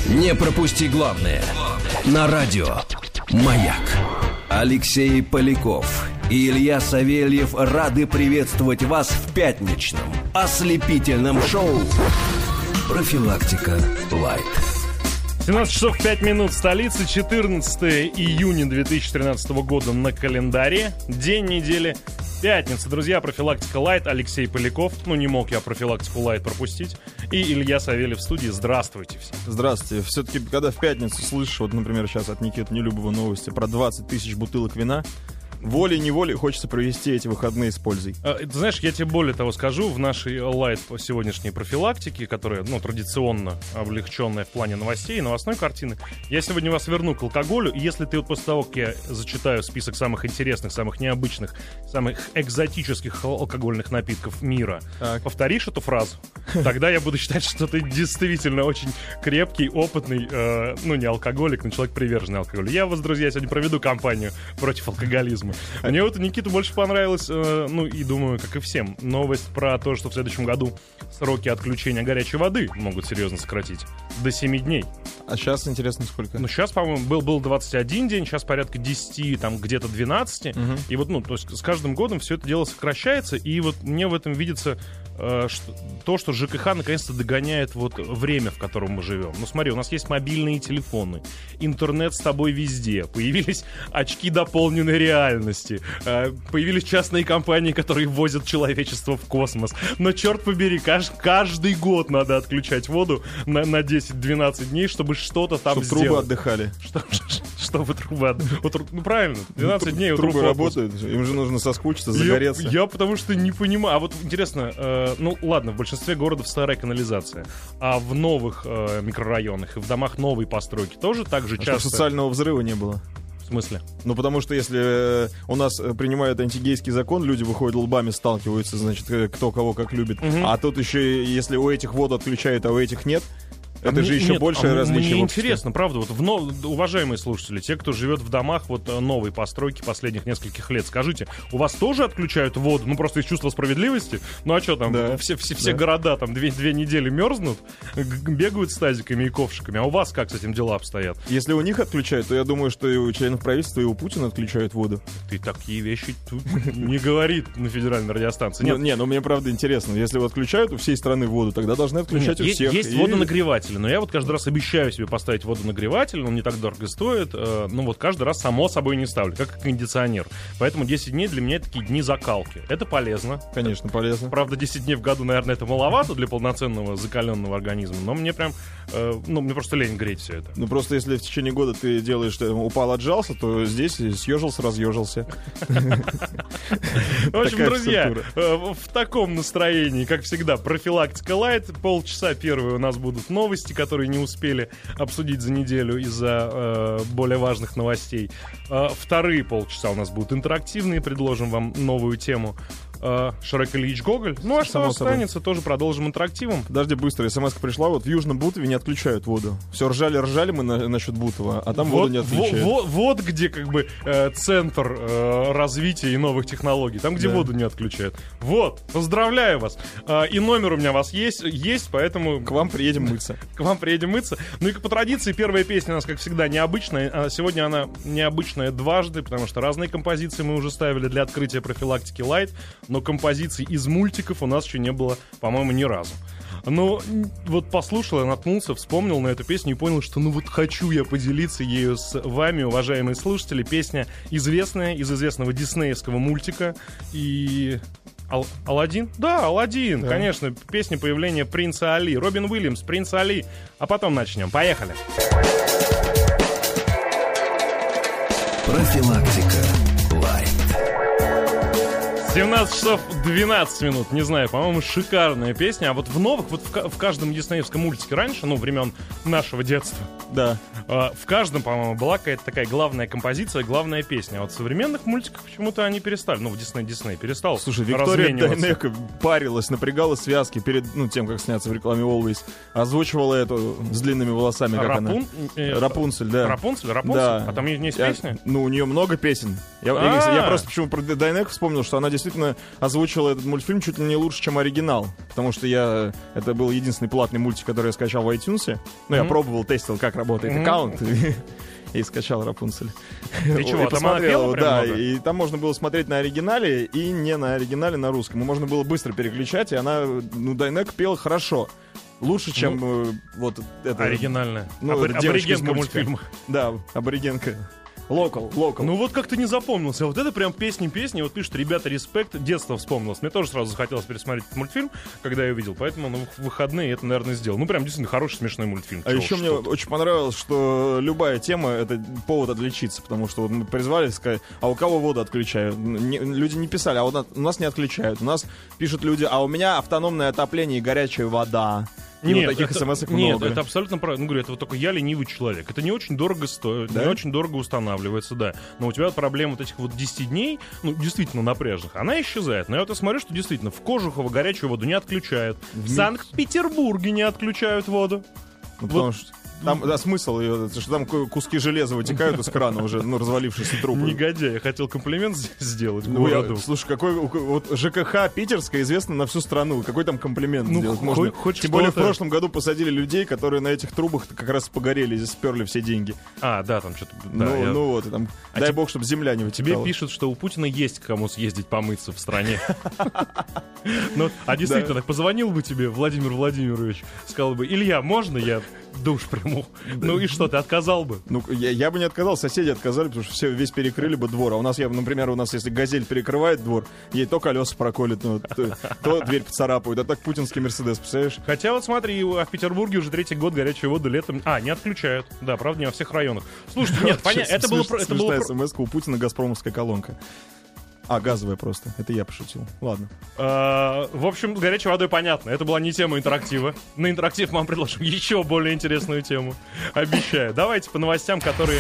Не пропусти главное на радио «Маяк». Алексей Поляков и Илья Савельев рады приветствовать вас в пятничном ослепительном шоу «Профилактика Лайт». 17 часов 5 минут, столица, 14 июня 2013 года на календаре, день недели, пятница. Друзья, профилактика Лайт, Алексей Поляков, не мог я профилактику Лайт пропустить, и Илья Савельев в студии. Здравствуйте всем. Здравствуйте. Все-таки, когда в пятницу слышишь, вот, например, сейчас от Никиты Нелюбова новости про 20 тысяч бутылок вина, волей-неволей хочется провести эти выходные с пользой. Ты знаешь, я тебе более того скажу, в нашей лайт сегодняшней профилактике, которая, традиционно облегченная в плане новостей, новостной картины, я сегодня вас верну к алкоголю, и если ты вот после того, как я зачитаю список самых интересных, самых необычных, самых экзотических алкогольных напитков мира, повторишь эту фразу, тогда я буду считать, что ты действительно очень крепкий, опытный, не алкоголик, но человек, приверженный алкоголю. Я вас, друзья, сегодня проведу кампанию против алкоголизма. Мне вот Никиту больше понравилась, и думаю, как и всем, новость про то, что в следующем году сроки отключения горячей воды могут серьезно сократить до 7 дней. А сейчас интересно сколько? Сейчас, по-моему, был 21 день, сейчас порядка 10, там где-то 12. И вот, то есть с каждым годом все это дело сокращается, и вот мне в этом видится то, что ЖКХ наконец-то догоняет вот время, в котором мы живем. Смотри, у нас есть мобильные телефоны, интернет с тобой везде, появились очки дополненной реальности, появились частные компании, которые возят человечество в космос. Но, черт побери, каждый год надо отключать воду на 10-12 дней, чтобы что-то там чтобы сделать. Трубы отдыхали. Чтобы трубы отдыхали. Правильно, 12 дней у трубы работают, им же нужно соскучиться, загореться. Я потому что не понимаю. А вот интересно, ладно, в большинстве городов старая канализация, а в новых микрорайонах и в домах новой постройки тоже так же часто... Чтобы социального взрыва не было. В смысле? Потому что если у нас принимают антигейский закон, люди выходят лбами, сталкиваются, значит, кто кого как любит. А тут еще, если у этих воду отключают, а у этих нет, это же еще большее различие. Мне интересно, правда, уважаемые слушатели, те, кто живет в домах новой постройки последних нескольких лет, скажите, у вас тоже отключают воду? Просто из чувства справедливости? А что там, да. все города там 2 недели мерзнут, бегают с тазиками и ковшиками, а у вас как с этим дела обстоят? Если у них отключают, то я думаю, что и у членов правительства, и у Путина отключают воду. Ты такие вещи тут не говорит на федеральной радиостанции. Нет, мне правда интересно, если отключают у всей страны воду, тогда должны отключать у всех. Есть водонагреватель. Но я каждый раз обещаю себе поставить водонагреватель, он не так дорого стоит, каждый раз само собой не ставлю, как кондиционер. Поэтому 10 дней для меня такие дни закалки. Это полезно. Конечно, полезно. Правда, 10 дней в году, наверное, это маловато для полноценного закаленного организма, но мне прям, мне просто лень греть все это. Просто если в течение года ты делаешь, упал, отжался, то здесь съежился, разъежился. В общем, друзья, в таком настроении, как всегда, профилактика Лайт. Полчаса первые у нас будут новости, которые не успели обсудить за неделю из-за более важных новостей. Вторые полчаса у нас будут интерактивные, предложим вам новую тему. Шрек Ильич Гоголь. А что останется, тоже продолжим интерактивом. Подожди, быстро, смс-ка пришла, в Южном Бутове не отключают воду. Все, ржали мы насчет Бутова, а там воду не отключают. Вот где центр развития и новых технологий, там, где воду не отключают. Поздравляю вас. И номер у меня у вас есть, поэтому... К вам приедем мыться. И по традиции, первая песня у нас, как всегда, необычная. А сегодня она необычная дважды, потому что разные композиции мы уже ставили для открытия профилактики Лайт. Но композиций из мультиков у нас еще не было, по-моему, ни разу. Но послушал, я наткнулся, вспомнил на эту песню и понял, что хочу я поделиться ею с вами, уважаемые слушатели. Песня известная, из известного диснеевского мультика. И... Аладдин? Да, Аладдин, да. Конечно. Песня появления принца Али. Робин Уильямс, принц Али. А потом начнем. Поехали. Профилактика Лайт. 17 часов 12 минут, не знаю, по-моему, шикарная песня. А в новых, в каждом диснеевском мультике раньше, времен нашего детства, да, в каждом, по-моему, была какая-то такая главная композиция, главная песня. А вот в современных мультиках почему-то они перестали. Ну, в Дисней перестал. Слушай, Виктория Дайнеко парилась, напрягала связки перед тем, как сняться в рекламе Always. Озвучивала эту с длинными волосами, как она. Рапунцель, да. Рапунцель? Да. А там есть песня? Ну, у нее много песен. Я просто почему про Дайнеко вспомнил, что она действительно озвучила этот мультфильм чуть ли не лучше, чем оригинал. Потому что это был единственный платный мультик, который я скачал в iTunes. Ну, я пробовал, тестил, как работает аккаунт. И скачал Рапунцель. Ты чего, там она пела прям да, много? и там можно было смотреть на оригинале и не на оригинале, на русском. И можно было быстро переключать, и она, Дайнеко пела хорошо. Лучше, чем вот это... Оригинальная. Аборигенка мультфильма. Да, аборигенка. Локал. Ну вот как-то не запомнился. Вот это прям песни. Вот пишут, ребята, респект. Детство вспомнилось. Мне тоже сразу захотелось пересмотреть этот мультфильм, когда я увидел. Поэтому в выходные это, наверное, сделал. Ну прям действительно хороший, смешной мультфильм. А еще мне очень понравилось, что любая тема — это повод отличиться. Потому что вот мы призвали сказать, а у кого воду отключают? Люди не писали, а вот у нас не отключают. У нас пишут люди, а у меня автономное отопление и горячая вода. И нет, вот таких смс-ок много. Нет, это абсолютно правильно. Ну, говорю, это вот только я ленивый человек. Это не очень дорого стоит, да? Не очень дорого устанавливается, да. Но у тебя проблема вот этих вот 10 дней, ну, действительно напряжных, она исчезает. Но я вот смотрю, что действительно в Кожухово горячую воду не отключают. В Санкт-Петербурге не отключают воду. Ну, потому что там, да, смысл ее, что там куски железа вытекают из крана уже, развалившиеся трубы. Негодяй, я хотел комплимент сделать городу. Слушай, вот ЖКХ питерская известна на всю страну. Какой там комплимент сделать можно? Тем более в прошлом году посадили людей, которые на этих трубах как раз погорели, здесь сперли все деньги. Да, там что-то... Вот, и там, дай бог, чтобы земля не вытекала. Тебе пишут, что у Путина есть к кому съездить помыться в стране. А действительно, позвонил бы тебе Владимир Владимирович, сказал бы, Илья, можно я душ приму? Ну и что, ты отказал бы? Ну, я бы не отказал, соседи отказали, потому что весь перекрыли бы двор. А у нас, например, если «Газель» перекрывает двор, ей то колеса проколет, то дверь поцарапают. А так путинский «Мерседес», представляешь? Хотя вот смотри, в Петербурге уже 3-й год горячую воду летом... не отключают. Да, правда, не во всех районах. Слушайте, нет, понятно, это было... Смешная смс-ка, у Путина газпромовская колонка. Газовая просто. Это я пошутил. Ладно. В общем, с горячей водой понятно. Это была не тема интерактива. На интерактив мы вам предложим еще более интересную тему. Обещаю. Давайте по новостям, которые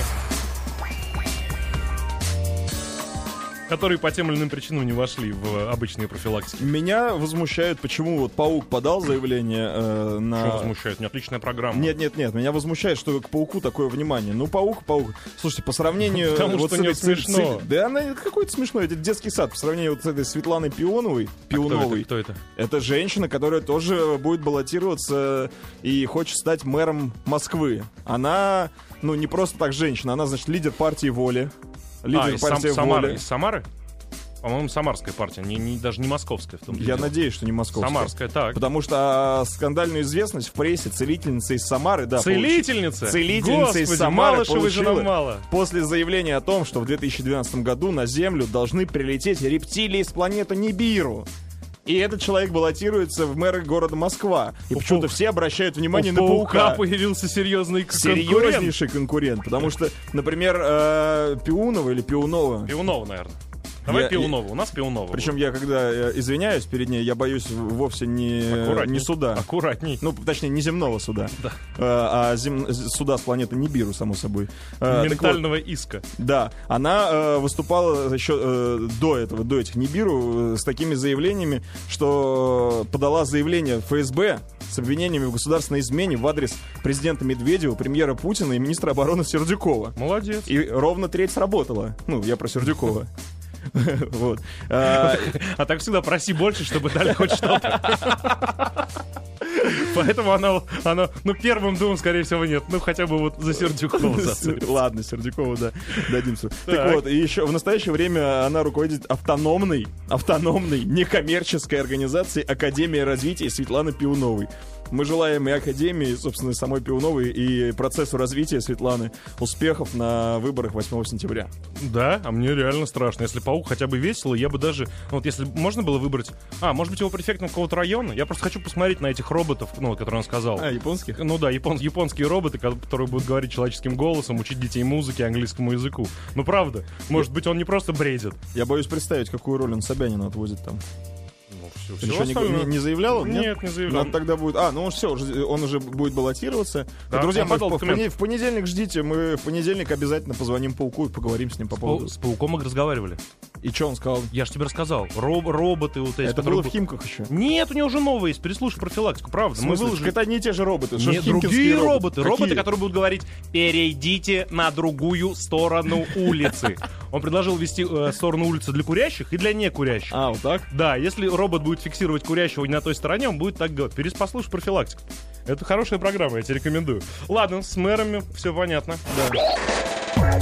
по тем или иным причинам не вошли в обычные профилактики. Меня возмущает, почему вот Паук подал заявление на... Что возмущает? Не отличная программа. Нет. Меня возмущает, что к Пауку такое внимание. Ну, Паук. Слушайте, по сравнению... Потому что не смешно. Да она какой-то смешной. Это детский сад. По сравнению вот с этой Светланой Пионовой. Кто это? Это женщина, которая тоже будет баллотироваться и хочет стать мэром Москвы. Она, не просто так женщина. Она, значит, лидер партии «Воля». Лидер партии «Воля». Из Самары? По-моему, самарская партия, даже не московская. Я надеюсь, что не московская. Самарская, так. Потому что скандальную известность в прессе целительница из Самары... Целительница? Целительница из Самары получила мало. После заявления о том, что в 2012 году на Землю должны прилететь рептилии с планеты Нибиру. И этот человек баллотируется в мэры города Москва. И почему-то все обращают внимание на Паука. Появился серьезнейший конкурент. Потому что, например, Пиунова или Пиунова... Пиунова, наверное. Давай Пиунова. У нас Пиунова. Причем я, когда извиняюсь перед ней, я боюсь вовсе не суда. Аккуратней. Точнее, не земного суда. Да. А суда с планеты Нибиру, само собой. Ментального иска. Да. Она выступала еще до этих Нибиру с такими заявлениями, что подала заявление в ФСБ с обвинениями в государственной измене в адрес президента Медведева, премьера Путина и министра обороны Сердюкова. Молодец. И ровно треть сработала. Я про Сердюкова. Вот. А так всегда проси больше, чтобы дали хоть что-то. Поэтому она, первым думом, скорее всего, нет. Хотя бы вот за Сердюкова. Ладно, Сердюкова, да, дадим. Так вот, и еще в настоящее время она руководит автономной, некоммерческой организацией Академия развития Светланы Пиуновой. Мы желаем и Академии, собственно, самой Пиуновой, и процессу развития Светланы успехов на выборах 8 сентября. Да, а мне реально страшно. Если Паук хотя бы весело, я бы даже... если можно было выбрать... может быть, его префектом какого-то района? Я просто хочу посмотреть на этих роботов, которые он сказал. Японских? Да, японские роботы, которые будут говорить человеческим голосом, учить детей музыке, английскому языку. Правда. Может быть, он не просто бредит. Я боюсь представить, какую роль он Собянина отводит там. Ничего не заявлял он? Нет, не заявлял. Ну, тогда будет... ну все, он уже будет баллотироваться. Да, друзья, в понедельник ждите, мы в понедельник обязательно позвоним Пауку и поговорим с ним по поводу... С Пауком мы разговаривали. И что он сказал? Я же тебе рассказал. Роботы вот эти. Это было в Химках еще? Нет, у него уже новые есть. Переслушай профилактику, правда. Мы выложили. Это не те же роботы. Нет, другие роботы. Роботы, которые будут говорить: перейдите на другую сторону улицы. Он предложил ввести сторону улицы для курящих и для некурящих. Вот так? Да, если робот будет фиксировать курящего не на той стороне, он будет так говорить. Послушай профилактику. Это хорошая программа, я тебе рекомендую. Ладно, с мэрами все понятно. Да.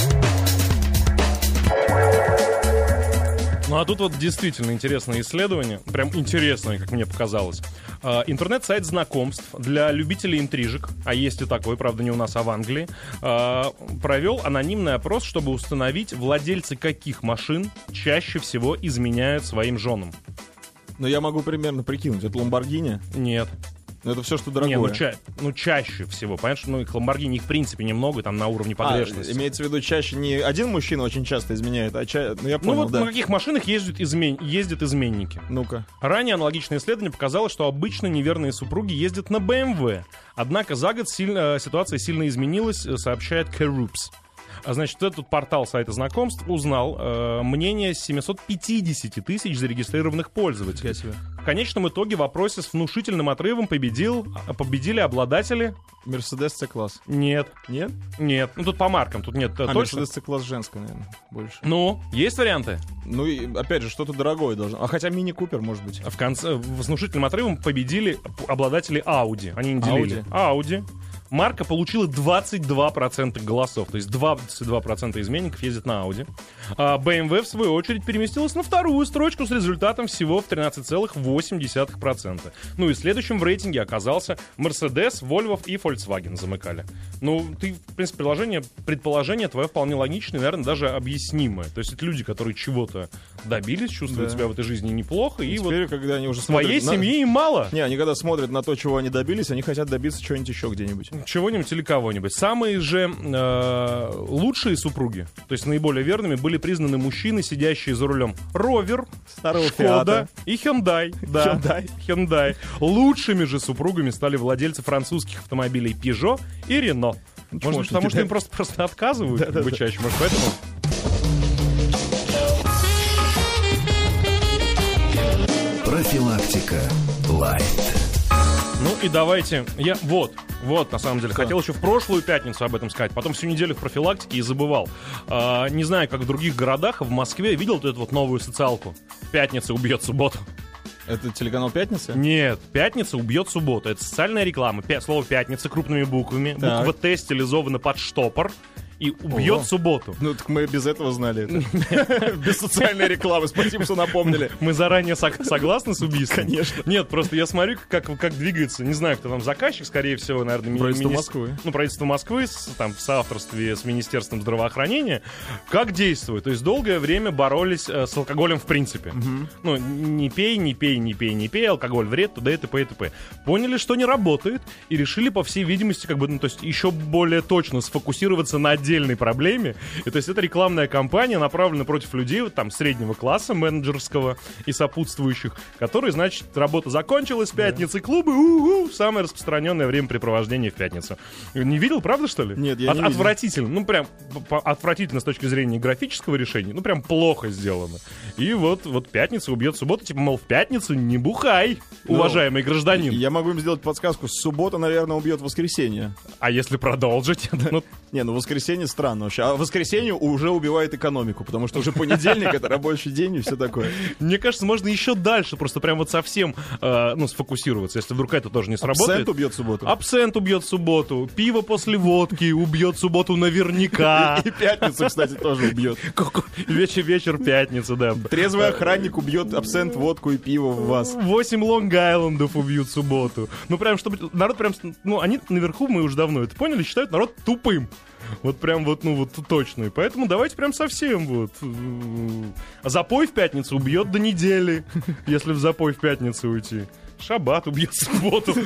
Ну а тут вот действительно интересное исследование, прям интересное, как мне показалось. Интернет-сайт знакомств для любителей интрижек, а есть и такой, правда, не у нас, а в Англии, провел анонимный опрос, чтобы установить, владельцы каких машин чаще всего изменяют своим женам. Ну я могу примерно прикинуть, это Lamborghini? Нет. Но это все, что дорогое. Не, чаще всего. Понимаешь, их Lamborghini, их в принципе немного, там на уровне погрешности. Имеется в виду, чаще не один мужчина очень часто изменяет, ну я понял, на каких машинах ездят изменники? Ну-ка. Ранее аналогичное исследование показало, что обычно неверные супруги ездят на BMW. Однако за год ситуация сильно изменилась, сообщает Keroops. Значит, этот портал сайта знакомств узнал мнение 750 тысяч зарегистрированных пользователей. В конечном итоге в вопросе с внушительным отрывом победили обладатели... Mercedes C-класс. Нет. Нет? Нет. Ну, тут по маркам, тут нет точно. Mercedes C-класс женская, наверное, больше. Ну, есть варианты? Ну, и, опять же, что-то дорогое должно. Хотя Мини-Купер, может быть. В конце, с внушительным отрывом победили обладатели Audi. Они не делили. Audi. Марка получила 22% голосов, то есть 22% изменников ездят на Audi. А BMW, в свою очередь, переместилась на вторую строчку с результатом всего в 13,8%. Ну и следующим в рейтинге оказался Mercedes, Volvo и Volkswagen замыкали. Ну, в принципе, предположение твое вполне логичное, наверное, даже объяснимое. То есть это люди, которые чего-то добились, чувствуют себя в этой жизни неплохо, и теперь, вот когда они уже своей семьи им мало. Не, они когда смотрят на то, чего они добились, они хотят добиться чего-нибудь еще где-нибудь. Чего-нибудь или кого-нибудь. Самые же лучшие супруги, то есть наиболее верными, были признаны мужчины, сидящие за рулем Ровер, Шкода и Hyundai. Да, Hyundai. Лучшими же супругами стали владельцы французских автомобилей Peugeot и Renault. Может быть, потому что им просто отказывают чаще, может, поэтому... Профилактика Лайт. Ну и давайте, вот, на самом деле, хотел еще в прошлую пятницу об этом сказать, потом всю неделю в профилактике и забывал. Не знаю, как в других городах, в Москве видел вот эту вот новую социалку? «Пятница убьет субботу». Это телеканал «Пятница»? Нет, «Пятница убьет субботу». Это социальная реклама. Слово «пятница» крупными буквами. Так. Буква «Т» стилизована под штопор. И убьет субботу. Ну, так мы без этого знали это. Без социальной рекламы. Спасибо, что напомнили. Мы заранее согласны с убийством? Конечно. Нет, просто я смотрю, как двигается. Не знаю, кто там заказчик, скорее всего, наверное, правительство Москвы. Ну, правительство Москвы, в соавторстве с Министерством здравоохранения. Как действует? То есть долгое время боролись с алкоголем в принципе. Ну, не пей, алкоголь вред, т.д. и т.п. и т.п. Поняли, что не работает, и решили, по всей видимости, то есть еще более точно сфокусироваться на отдельной проблеме. И то есть это рекламная кампания, направлена против людей вот, там среднего класса, менеджерского и сопутствующих, которые, значит, работа закончилась, пятница, клубы, самое распространенное времяпрепровождение в пятницу. Не видел, правда, что ли? Нет, я не видел. Отвратительно. Ну, прям отвратительно с точки зрения графического решения. Ну, прям плохо сделано. И вот пятница убьет субботу. Типа, мол, в пятницу не бухай, уважаемый гражданин. Я могу им сделать подсказку. Суббота, наверное, убьет воскресенье. А если продолжить? Воскресенье странно вообще. А воскресенье уже убивает экономику, потому что уже понедельник — это рабочий день и все такое. Мне кажется, можно еще дальше просто прям вот совсем сфокусироваться, если вдруг это тоже не сработает. Абсент убьет субботу. Абсент убьет субботу. Пиво после водки убьет субботу наверняка. И пятницу, кстати, тоже убьет. Вечер пятницы, да. Трезвый охранник убьет абсент, водку и пиво в вас. 8 Лонг-Айлендов убьют субботу. Ну прям, чтобы народ прям... Ну, они наверху, мы уже давно это поняли, считают народ тупым. Вот прям точно. И поэтому давайте прям совсем вот. А запой в пятницу убьет до недели, если в запой в пятницу уйти. шаббат убьет субботу.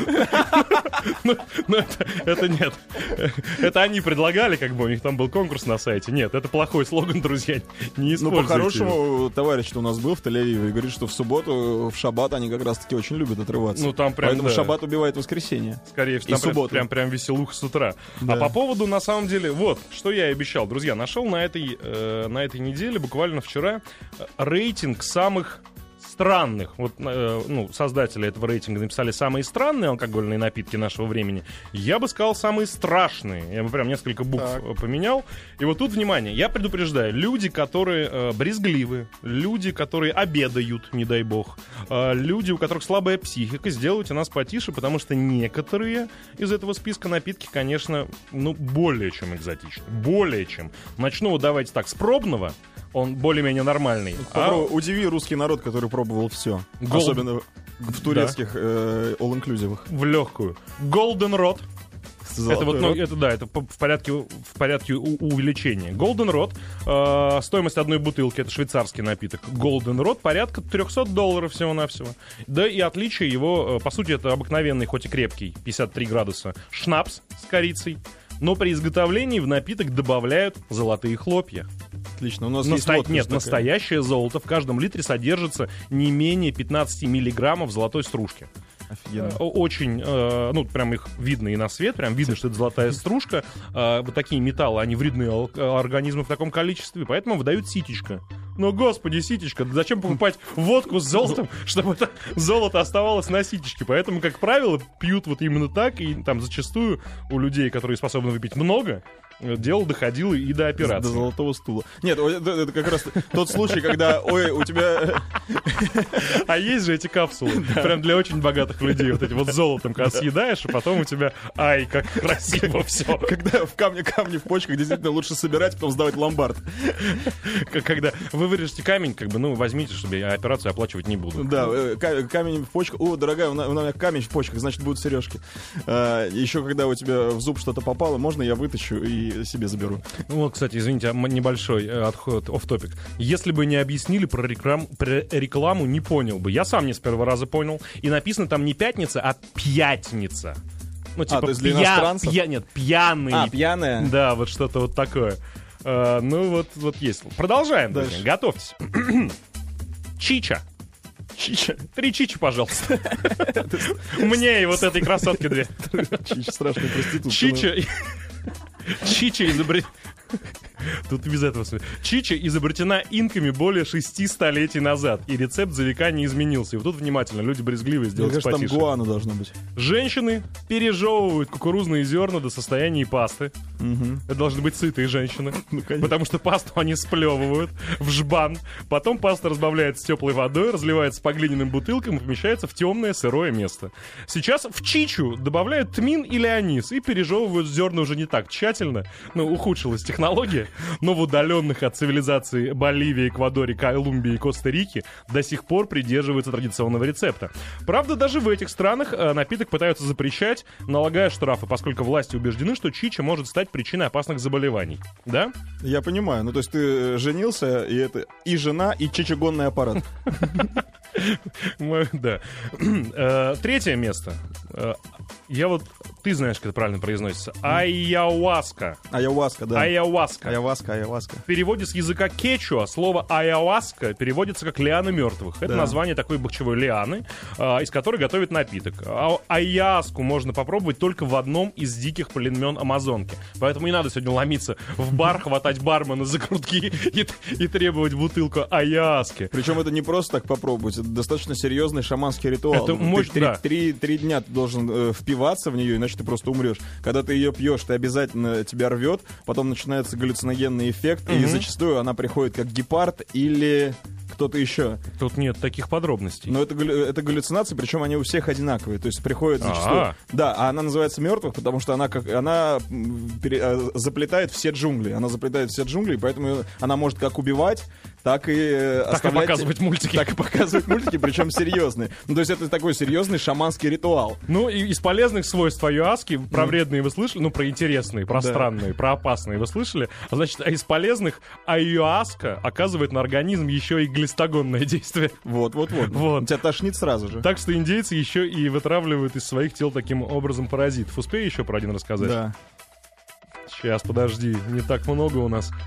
Но это нет. Это они предлагали, как бы у них там был конкурс на сайте. Нет, это плохой слоган, друзья. Не используйте. Ну, по-хорошему, товарищ, что у нас был в Тель-Авиве, и говорит, что в субботу, в шаббат они как раз-таки очень любят отрываться. Ну, там прям, поэтому шаббат убивает воскресенье. Скорее всего, там прям веселуха с утра. Да. А по поводу, на самом деле, вот, что я и обещал. Друзья, нашел на этой неделе, буквально вчера, рейтинг самых странных. Вот, создатели этого рейтинга написали самые странные алкогольные напитки нашего времени. Я бы сказал, самые страшные. Я бы прям несколько букв поменял. И вот тут, внимание, я предупреждаю. Люди, которые брезгливы, люди, которые обедают, не дай бог, люди, у которых слабая психика, сделайте нас потише, потому что некоторые из этого списка напитки, конечно, более чем экзотичны. Более чем. Начну вот давайте так, с пробного. Он более-менее нормальный. Удиви русский народ, который пробовал все. Особенно в турецких all-inclusive. В легкую. Golden Rod. Это вот, это в порядке увеличения. Golden Rod, стоимость одной бутылки, это швейцарский напиток. Golden Rod порядка $300 всего-навсего. Да и отличие его, по сути, это обыкновенный, хоть и крепкий, 53 градуса, шнапс с корицей. Но при изготовлении в напиток добавляют золотые хлопья. Отлично. У нас есть водка. Нет, настоящее золото. В каждом литре содержится не менее 15 миллиграммов золотой стружки. Офигенно. Очень, прям их видно и на свет, прям видно, что это золотая стружка. Вот такие металлы, они вредны организму в таком количестве, поэтому выдают ситечко. Но, господи, ситечко, зачем покупать водку с золотом, чтобы это золото оставалось на ситечке? Поэтому, как правило, пьют вот именно так, и там зачастую у людей, которые способны выпить много, дело доходило и до операции. До золотого стула. Нет, это как раз тот случай, когда, у тебя... А есть же эти капсулы, прям для очень богатых людей, вот эти вот золотом, когда съедаешь, и потом у тебя, как красиво все. Когда в камни в почках действительно лучше собирать, потом сдавать в ломбард. Когда вы вырежете камень, возьмите, чтобы я операцию оплачивать не буду. Да, камень в почках. О, дорогая, у меня камень в почках, значит, будут сережки. Еще когда у тебя в зуб что-то попало, можно я вытащу и себе заберу. Вот, кстати, извините, небольшой отход, офф-топик. Если бы не объяснили про рекламу, не понял бы. Я сам не с первого раза понял. И написано там не пятница, а пятница. То есть для иностранцев? Нет, пьяный. Пьяная? Да, вот что-то вот такое. Вот есть. Продолжаем, друзья. Готовьтесь. Чича. 3 чичи, пожалуйста. Мне и вот этой красотке 2. Чича, страшная проститутка. Чича изобретена... Тут без этого. Чича изобретена инками более 6 столетий назад, и рецепт за века не изменился. И вот тут внимательно, люди брезгливые, сделайте потише. Мне кажется, там гуана должно быть. Женщины пережевывают кукурузные зерна до состояния пасты. Это должны быть сытые женщины. Потому что пасту они сплевывают в жбан. Потом паста разбавляется теплой водой, разливается по глиняным бутылкам и помещается в темное сырое место. Сейчас в чичу добавляют тмин или анис и пережевывают зерна уже не так тщательно. Ухудшилась технология. Но в удаленных от цивилизации Боливии, Эквадоре, Колумбии и Коста-Рике до сих пор придерживаются традиционного рецепта. Правда, даже в этих странах напиток пытаются запрещать, налагая штрафы, поскольку власти убеждены, что чича может стать причиной опасных заболеваний. Да? Я понимаю. То есть ты женился, и это и жена, и чичагонный аппарат. Да. Третье место. Ты знаешь, как это правильно произносится. Айауаска. Айауаска, да. Айауаска. В переводе с языка кечуа слово айауаска переводится как лианы мертвых. Это название такой бахчевой лианы, из которой готовят напиток. Айяску можно попробовать только в одном из диких племен Амазонки. Поэтому не надо сегодня ломиться в бар, хватать бармена за грудки и требовать бутылку айяски. Причем это не просто так попробовать, это достаточно серьезный шаманский ритуал. Это мощно, три дня ты должен впиваться в нее, иначе ты просто умрешь. Когда ты ее пьешь, ты обязательно тебя рвет, потом начинается галлюциногенный эффект, и зачастую она приходит как гепард или кто-то еще. Тут нет таких подробностей. Но это галлюцинации, причем они у всех одинаковые. То есть приходит зачастую... Да, а она называется мертвых, потому что она заплетает все джунгли. Она заплетает все джунгли, поэтому она может как убивать, так и показывать мультики. Так и показывать мультики, причем серьезные. Ну, то есть это такой серьезный шаманский ритуал. Ну, и из полезных свойств аюаски, про вредные вы слышали, ну, про интересные, про странные, про опасные вы слышали. А значит, из полезных аюаска оказывает на организм еще и глистогонное действие. Вот. Тебя тошнит сразу же. Так что индейцы еще и вытравливают из своих тел таким образом паразитов. Успею еще про один рассказать? Да. Сейчас, подожди, не так много у нас.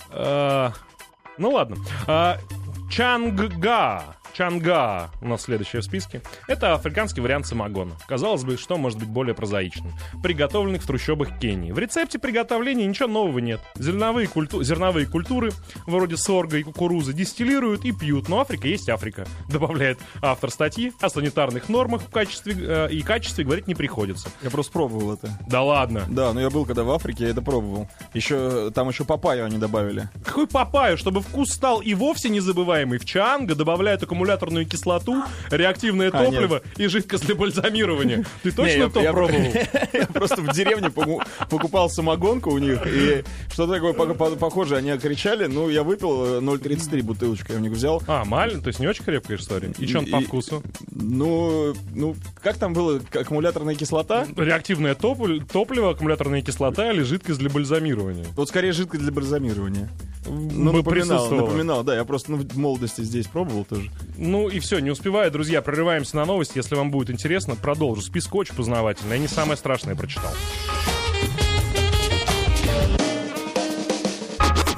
Ну ладно. Чанга у нас следующая в списке. Это африканский вариант самогона. Казалось бы, что может быть более прозаичным. Приготовленный в трущобах Кении. В рецепте приготовления ничего нового нет. Зерновые культуры, вроде сорга и кукурузы, дистиллируют и пьют. Но Африка есть Африка, добавляет автор статьи. О санитарных нормах в качестве говорить не приходится. Я просто пробовал это. Да ладно? Да, но я был когда в Африке, я это пробовал. Там еще папайю они добавили. Какой папайю? Чтобы вкус стал и вовсе незабываемый. В чанга добавляют аккумуляторную кислоту, реактивное топливо и жидкость для бальзамирования. Ты точно то пробовал? Я просто в деревне покупал самогонку у них, и что-то такое похожее они окричали. Ну, я выпил 0,33 бутылочку, я у них взял. Маленький, то есть не очень крепкая история. И что он по вкусу? Ну, как там было? Аккумуляторная кислота? Реактивное топливо, аккумуляторная кислота или жидкость для бальзамирования? Вот скорее жидкость для бальзамирования. Ну, напоминал, да, я просто в молодости здесь пробовал тоже. Ну и все, не успеваю, друзья, прерываемся на новости. Если вам будет интересно, продолжу. Список очень познавательный, я не самое страшное прочитал.